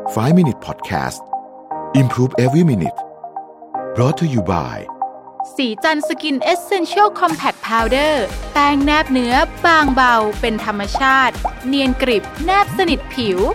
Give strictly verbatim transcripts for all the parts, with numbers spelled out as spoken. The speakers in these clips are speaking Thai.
five minute podcast Improve every minute brought to you by สีจันทร์สกินเอสเซนเชียลคอมแพคพาวเดอร์แป้งแนบเนื้อบางเบาเป็นธรรมชาติเนียนกริบแนบสนิทผิว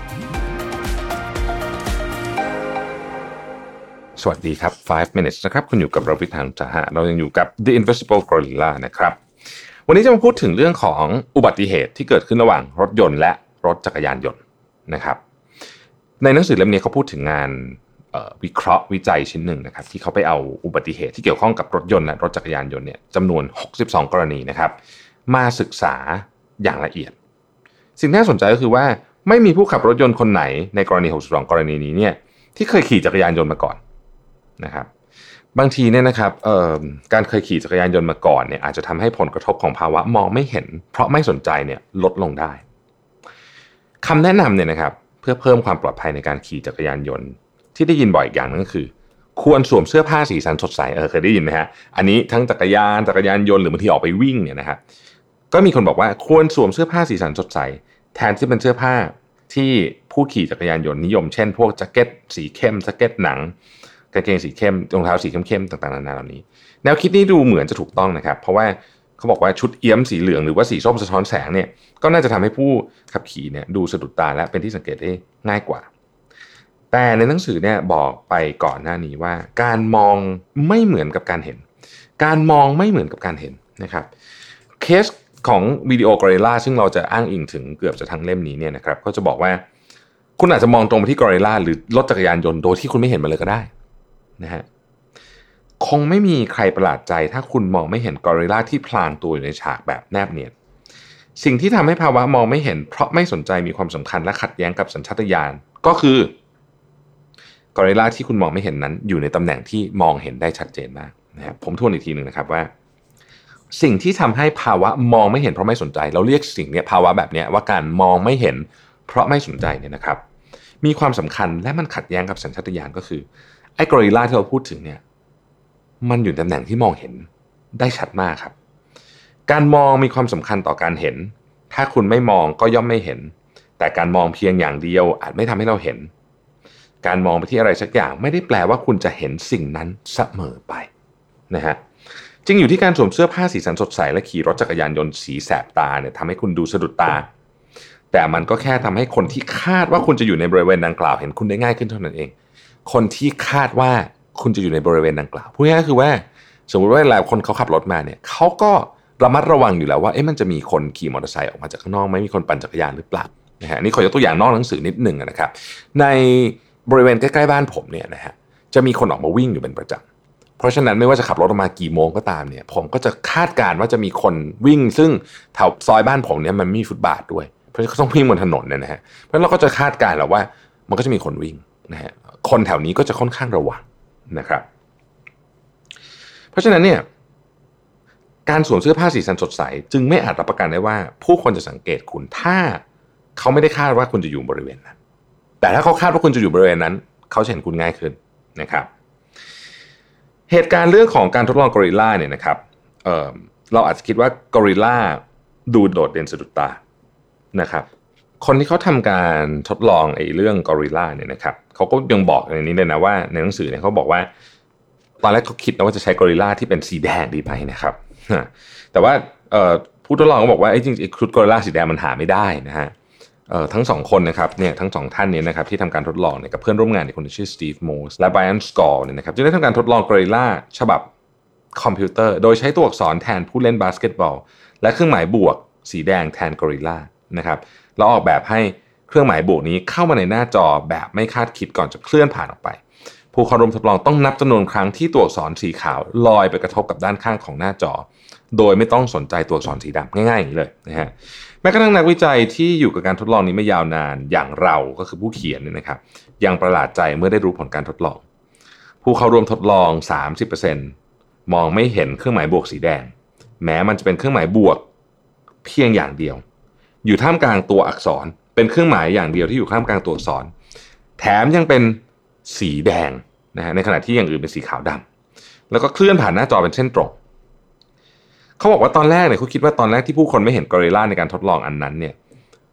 สวัสดีครับfive minutes นะครับคุณอยู่กับรวิทย์ หาญอุตสาหะเรายังอยู่กับ The Invisible Gorilla นะครับวันนี้จะมาพูดถึงเรื่องของอุบัติเหตุที่เกิดขึ้นระหว่างรถยนต์และรถจักรยานยนต์นะครับในหนังสือเล่มนี้เขาพูดถึงงานวิเคราะห์วิจัยชิ้นหนึ่งนะครับที่เขาไปเอาอุบัติเหตุที่เกี่ยวข้องกับรถยนต์และรถจักรยานยนต์เนี่ยจำนวนหกสิบสองกรณีนะครับมาศึกษาอย่างละเอียดสิ่งที่น่าสนใจก็คือว่าไม่มีผู้ขับรถยนต์คนไหนในกรณีหกสิบสองกรณีนี้เนี่ยที่เคยขี่จักรยานยนต์มาก่อนนะครับบางทีเนี่ยนะครับการเคยขี่จักรยานยนต์มาก่อนเนี่ยอาจจะทำให้ผลกระทบของภาวะมองไม่เห็นเพราะไม่สนใจเนี่ยลดลงได้คำแนะนำเนี่ยนะครับเพื่อเพิ่มความปลอดภัยในการขี่จักรยานยนต์ที่ได้ยินบ่อยอีกอย่างนึงก็คือควรสวมเสื้อผ้าสีสันสดใสเออเคยได้ยินไหมฮะอันนี้ทั้งจักรยานจักรยานยนต์หรือบางทีออกไปวิ่งเนี่ยนะครับก็มีคนบอกว่าควรสวมเสื้อผ้าสีสันสดใสแทนที่เป็นเสื้อผ้าที่ผู้ขี่จักรยานยนต์นิยมเช่นพวกแจ็คเก็ตสีเข้มแจ็คเก็ตหนังกางเกงสีเข้มรองเท้าสีเข้มๆต่างๆนานาเหล่านี้แนวคิดนี้ดูเหมือนจะถูกต้องนะครับเพราะว่าเขาบอกว่าชุดเอี้ยมสีเหลืองหรือว่าสีส้มสะท้อนแสงเนี่ยก็น่าจะทำให้ผู้ขับขี่เนี่ยดูสะดุดตาและเป็นที่สังเกตได้ง่ายกว่าแต่ในหนังสือเนี่ยบอกไปก่อนหน้านี้ว่าการมองไม่เหมือนกับการเห็นการมองไม่เหมือนกับการเห็นนะครับเคสของวิดีโอกอริลลาซึ่งเราจะอ้างอิงถึงเกือบจะทั้งเล่มนี้เนี่ยนะครับก็จะบอกว่าคุณอาจจะมองตรงไปที่กอริลลาหรือรถจักรยานยนต์โดยที่คุณไม่เห็นมันเลยก็ได้นะฮะคงไม่มีใครประหลาดใจถ้าคุณมองไม่เห็นกอริลลาที่พลางตัวอยู่ในฉากแบบแนบเนียนสิ่งที่ทำให้ภาวะมองไม่เห็นเพราะไม่สนใจมีความสำคัญและขัดแย้งกับสัญชาตญาณก็คือกอริลลาที่คุณมองไม่เห็นนั้นอยู่ในตำแหน่งที่มองเห็นได้ชัดเจนมากนะครับผมทวนอีกทีนึงนะครับว่าสิ่งที่ทำให้ภาวะมองไม่เห็นเพราะไม่สนใจเราเรียกสิ่งนี้ภาวะแบบนี้ว่าการมองไม่เห็นเพราะไม่สนใจเนี่ยนะครับมีความสำคัญและมันขัดแย้งกับสัญชาตญาณก็คือไอ้กอริลลาที่เราพูดถึงเนี่ยมันอยู่ในตำแหน่งที่มองเห็นได้ชัดมากครับการมองมีความสำคัญต่อการเห็นถ้าคุณไม่มองก็ย่อมไม่เห็นแต่การมองเพียงอย่างเดียวอาจไม่ทำให้เราเห็นการมองไปที่อะไรสักอย่างไม่ได้แปลว่าคุณจะเห็นสิ่งนั้นเสมอไปนะฮะจริงอยู่ที่การสวมเสื้อผ้าสีสันสดใสและขี่รถจักรยานยนต์สีแสบตาเนี่ยทำให้คุณดูสะดุดตาแต่มันก็แค่ทำให้คนที่คาดว่าคุณจะอยู่ในบริเวณดังกล่าวเห็นคุณได้ง่ายขึ้นเท่านั้นเองคนที่คาดว่าคุณจะอยู่ในบริเวณดังกล่าวพูดง่ายๆคือว่าสมมติว่าเวลาคนเขาขับรถมาเนี่ยเขาก็ระมัดระวังอยู่แล้วว่าเอ๊ะมันจะมีคนขี่มอเตอร์ไซค์ออกมาจากข้างนอกไหมมีคนปั่นจักรยานหรือเปล่านะฮะนี่ขอยกตัวอย่างนอกหนังสือนิดหนึ่งนะครับในบริเวณใกล้ๆบ้านผมเนี่ยนะฮะจะมีคนออกมาวิ่งอยู่เป็นประจำเพราะฉะนั้นไม่ว่าจะขับรถออกมากี่โมงก็ตามเนี่ยผมก็จะคาดการณ์ว่าจะมีคนวิ่งซึ่งแถวซอยบ้านผมเนี่ยมันมีฟุตบาทด้วยเพราะฉะนั้นต้องวิ่งบนถนนเนี่ยนะฮะเพราะฉะนั้นเราก็จะคาดการณ์แล้วว่ามันก็จะมีคนวิ่งนะฮะคนแถวนี้ก็จะค่อนข้างระวังนะครับเพราะฉะนั้นเนี่ยการสวมเสื้อผ้าสีสันสดใสจึงไม่อาจรับประกันได้ว่าผู้คนจะสังเกตคุณถ้าเขาไม่ได้คาดว่าคุณจะอยู่บริเวณนั้นแต่ถ้าเขาคาดว่าคุณจะอยู่บริเวณนั้นเขาจะเห็นคุณง่ายขึ้นนะครับเหตุการณ์เรื่องของการทดลองกอริลลาเนี่ยนะครับ เอ่อ เราอาจจะคิดว่ากอริลลาดูโดดเด่นสะดุดตานะครับคนที่เขาทำการทดลองไอ้เรื่องกอริลลาเนี่ยนะครับเขาก็ยังบอกในนี้เลยนะว่าในหนังสือเนี่ยเขาบอกว่าตอนแรกเขาคิดนะว่าจะใช้กอริลลาที่เป็นสีแดงดีไหมนะครับแต่ว่าผู้ทดลองก็บอกว่าไอ้จริงๆชุดกอริลลาสีแดงมันหาไม่ได้นะฮะทั้งสองคนนะครับเนี่ยทั้งสองท่านนี้นะครับที่ทำการทดลองเนี่ยกับเพื่อนร่วมงานอีกคนชื่อสตีฟโมสและไบรอันสกอร์เนี่ยนะครับจะได้ทำการทดลองกอริลลาฉบับคอมพิวเตอร์โดยใช้ตัวอักษรแทนผู้เล่นบาสเกตบอลและเครื่องหมายบวกสีแดงแทนกอริลลานะครับแล้วออกแบบให้เครื่องหมายบวกนี้เข้ามาในหน้าจอแบบไม่คาดคิดก่อนจะเคลื่อนผ่านออกไปผู้เข้าร่วมทดลองต้องนับจำนวนครั้งที่ตัวอักษรสีขาวลอยไปกระทบกับด้านข้างของหน้าจอโดยไม่ต้องสนใจตัวอักษรสีดำง่ายๆอย่างนี้เลยนะฮะแม้กระทั่งนักวิจัยที่อยู่กับการทดลองนี้ไม่ยาวนานอย่างเราก็คือผู้เขียนเนี่ยนะครับยังประหลาดใจเมื่อได้รู้ผลการทดลองผู้เข้าร่วมทดลอง สามสิบเปอร์เซ็นต์ มองไม่เห็นเครื่องหมายบวกสีแดงแม้มันจะเป็นเครื่องหมายบวกเพียงอย่างเดียวอยู่ท่ามกลางตัวอักษรเป็นเครื่องหมายอย่างเดียวที่อยู่ท่ามกลางตัวอักษรแถมยังเป็นสีแดงนะฮะในขณะที่อย่างอื่นเป็นสีขาวดำแล้วก็เคลื่อนผ่านหน้าจอเป็นเส้นตรงเขาบอกว่าตอนแรกเนี่ยเขาคิดว่าตอนแรกที่ผู้คนไม่เห็นกอริลลาในการทดลองอันนั้นเนี่ย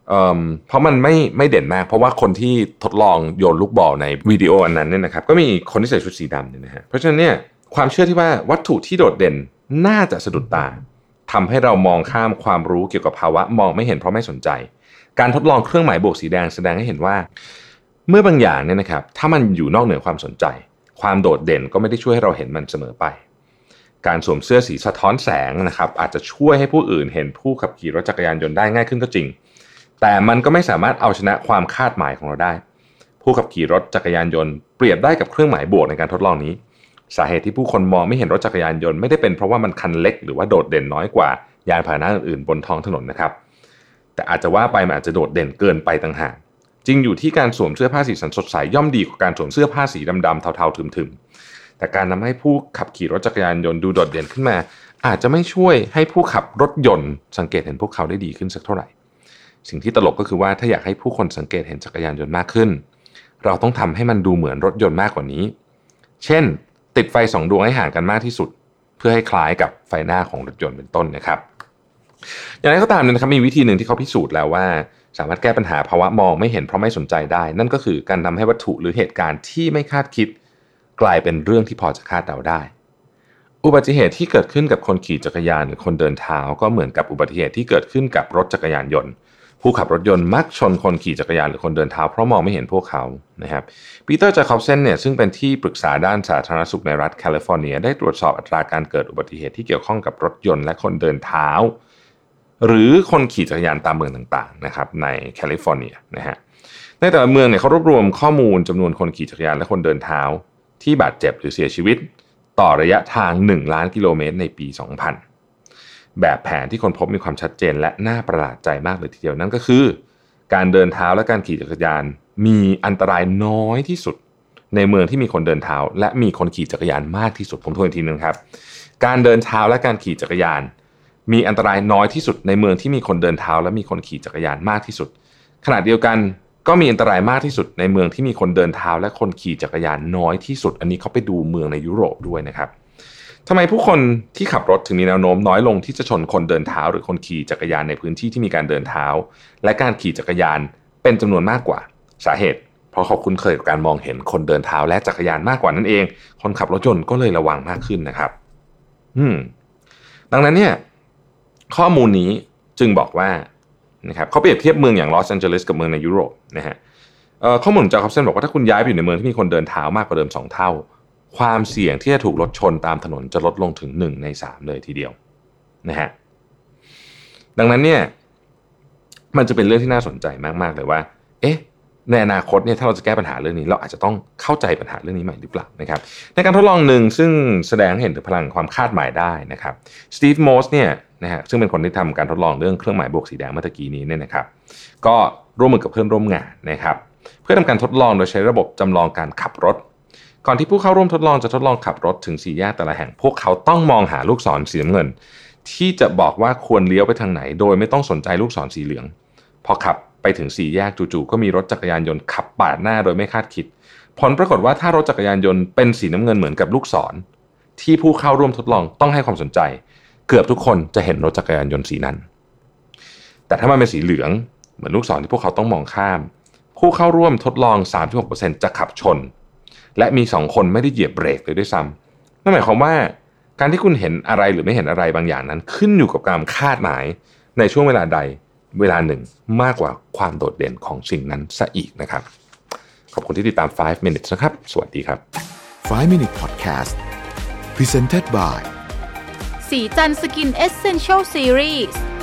เอ่อเพราะมันไม่ไม่เด่นมากเพราะว่าคนที่ทดลองโยนลูกบอลในวิดีโออันนั้นเนี่ยนะครับก็มีคนที่ใส่ชุดสีดำเนี่ยนะฮะเพราะฉะนั้นเนี่ยความเชื่อที่ว่าวัตถุที่โดดเด่นน่าจะสะดุดตาทำให้เรามองข้ามความรู้เกี่ยวกับภาวะมองไม่เห็นเพราะไม่สนใจการทดลองเครื่องหมายบวกสีแดงแสดงให้เห็นว่าเมื่อบางอย่างเนี่ยนะครับถ้ามันอยู่นอกเหนือความสนใจความโดดเด่นก็ไม่ได้ช่วยให้เราเห็นมันเสมอไปการสวมเสื้อสีสะท้อนแสงนะครับอาจจะช่วยให้ผู้อื่นเห็นผู้ขับขี่รถจักรยานยนต์ได้ง่ายขึ้นก็จริงแต่มันก็ไม่สามารถเอาชนะความคาดหมายของเราได้ผู้ขับขี่รถจักรยานยนต์เปรียบได้กับเครื่องหมายบวกในการทดลองนี้สาเหตุที่ผู้คนมองไม่เห็นรถจักรยานยนต์ไม่ได้เป็นเพราะว่ามันคันเล็กหรือว่าโดดเด่นน้อยกว่ายานพาหนะอื่นๆบนท้องถนนนะครับแต่อาจจะว่าไปมันอาจจะโดดเด่นเกินไปต่างหากจริงอยู่ที่การสวมเสื้อผ้าสีสันสดใสย่อมดีกว่าการสวมเสื้อผ้าสีดำๆเทาๆทึมๆแต่การทำให้ผู้ขับขี่รถจักรยานยนต์ดูโดดเด่นขึ้นมาอาจจะไม่ช่วยให้ผู้ขับรถยนต์สังเกตเห็นพวกเขาได้ดีขึ้นสักเท่าไหร่สิ่งที่ตลกก็คือว่าถ้าอยากให้ผู้คนสังเกตเห็นจักรยานยนต์มากขึ้นเราต้องทำให้มันดูเหมือนรถยนต์มากกว่านี้เช่นติดไฟสองดวงให้ห่างกันมากที่สุดเพื่อให้คล้ายกับไฟหน้าของรถยนต์เป็นต้นนะครับอย่างไรก็ตามนะครับมีวิธีหนึ่งที่เขาพิสูจน์แล้วว่าสามารถแก้ปัญหาภาวะมองไม่เห็นเพราะไม่สนใจได้นั่นก็คือการทำให้วัตถุหรือเหตุการณ์ที่ไม่คาดคิดกลายเป็นเรื่องที่พอจะคาดเดาได้อุบัติเหตุที่เกิดขึ้นกับคนขี่จักรยานหรือคนเดินเท้าก็เหมือนกับอุบัติเหตุที่เกิดขึ้นกับรถจักรยานยนต์ผู้ขับรถยนต์มักชนคนขี่จักรยานหรือคนเดินเท้าเพราะมองไม่เห็นพวกเขานะครับปีเตอร์จาคอบเซนเนี่ยซึ่งเป็นที่ปรึกษาด้านสาธารณสุขในรัฐแคลิฟอร์เนียได้ตรวจสอบอัตราการเกิดอุบัติเหตุที่เกี่ยวข้องกับรถยนต์และคนเดินเท้าหรือคนขี่จักรยานตามเมืองต่างๆนะครับในแคลิฟอร์เนียนะฮะในแต่ละเมืองเนี่ยเขารวบรวมข้อมูลจำนวนคนขี่จักรยานและคนเดินเท้าที่บาดเจ็บหรือเสียชีวิตต่อระยะทางหนึ่งล้านกิโลเมตรในปีสองพันแบบแผนที่คนพบมีความชัดเจนและน่าประหลาดใจมากเลยทีเดียวนั่นก็คือการเดินเท้าและการขี่จักรยานมีอันตรายน้อยที่สุดในเมืองที่มีคนเดินเท้าและมีคนขี่จักรยานมากที่สุดผมทวนอีกทีนึงครับการเดินเท้าและการขี่จักรยานมีอันตรายน้อยที่สุดในเมืองที่มีคนเดินเท้าและมีคนขี่จักรยานมากที่สุดขณะเดียวกันก็มีอันตรายมากที่สุดในเมืองที่มีคนเดินเท้าและคนขี่จักรยานน้อยที่สุดอันนี้เขาไปดูเมืองในยุโรปด้วยนะครับทำไมผู้คนที่ขับรถถึงมีแนวโน้มน้อยลงที่จะชนคนเดินเท้าหรือคนขี่จักรยานในพื้นที่ที่มีการเดินเท้าและการขี่จักรยานเป็นจำนวนมากกว่าสาเหตุเพราะเขาคุ้นเคยกับการมองเห็นคนเดินเท้าและจักรยานมากกว่านั่นเองคนขับรถยนต์ก็เลยระวังมากขึ้นนะครับอืมดังนั้นเนี่ยข้อมูลนี้จึงบอกว่านะครับเขาเปรียบเทียบเมืองอย่างลอสแอนเจลิสกับเมืองในยุโรปนะฮะเอ่อข้อมูลจากคอปเซนบอกว่าถ้าคุณย้ายไปอยู่ในเมืองที่มีคนเดินเท้ามากกว่าเดิมสองเท่าความเสี่ยงที่จะถูกรถชนตามถนนจะลดลงถึงหนึ่งในสามเลยทีเดียวนะฮะดังนั้นเนี่ยมันจะเป็นเรื่องที่น่าสนใจมากๆเลยว่าเอ๊ะในอนาคตเนี่ยถ้าเราจะแก้ปัญหาเรื่องนี้เราอาจจะต้องเข้าใจปัญหาเรื่องนี้ใหม่หรือเปล่านะครับในการทดลองหนึ่งซึ่งแสดงให้เห็นถึงพลังความคาดหมายได้นะครับสตีฟมอสเนี่ยนะฮะซึ่งเป็นคนที่ทำการทดลองเรื่องเครื่องหมายบวกสีแดงเมื่อกี้นี้เนี่ยนะครับก็ร่วมมือกับเพื่อนร่วมงานนะครับเพื่อทำการทดลองโดยใช้ระบบจำลองการขับรถก่อนที่ผู้เข้าร่วมทดลองจะทดลองขับรถถึงสี่แยกแต่ละแห่งพวกเขาต้องมองหาลูกศรสีน้ำเงินที่จะบอกว่าควรเลี้ยวไปทางไหนโดยไม่ต้องสนใจลูกศรสีเหลืองพอขับไปถึงสี่แยกจู่ๆก็มีรถจักรยานยนต์ขับปาดหน้าโดยไม่คาดคิดผลปรากฏว่าถ้ารถจักรยานยนต์เป็นสีน้ำเงินเหมือนกับลูกศรที่ผู้เข้าร่วมทดลองต้องให้ความสนใจเกือบทุกคนจะเห็นรถจักรยานยนต์สีนั้นแต่ถ้ามันเป็นสีเหลืองเหมือนลูกศรที่พวกเขาต้องมองข้ามผู้เข้าร่วมทดลอง สามสิบหกเปอร์เซ็นต์ จะขับชนและมีสองคนไม่ได้เหยียบเบรกเลยด้วยซ้ำนั่นหมายความว่าการที่คุณเห็นอะไรหรือไม่เห็นอะไรบางอย่างนั้นขึ้นอยู่กับการคาดหมายในช่วงเวลาใดเวลาหนึ่งมากกว่าความโดดเด่นของสิ่งนั้นซะอีกนะครับขอบคุณที่ติดตามไฟว์ minutes นะครับสวัสดีครับไฟว์ minute podcast presented by สีจันทร์สกินเอสเซนเชียลซีรีส์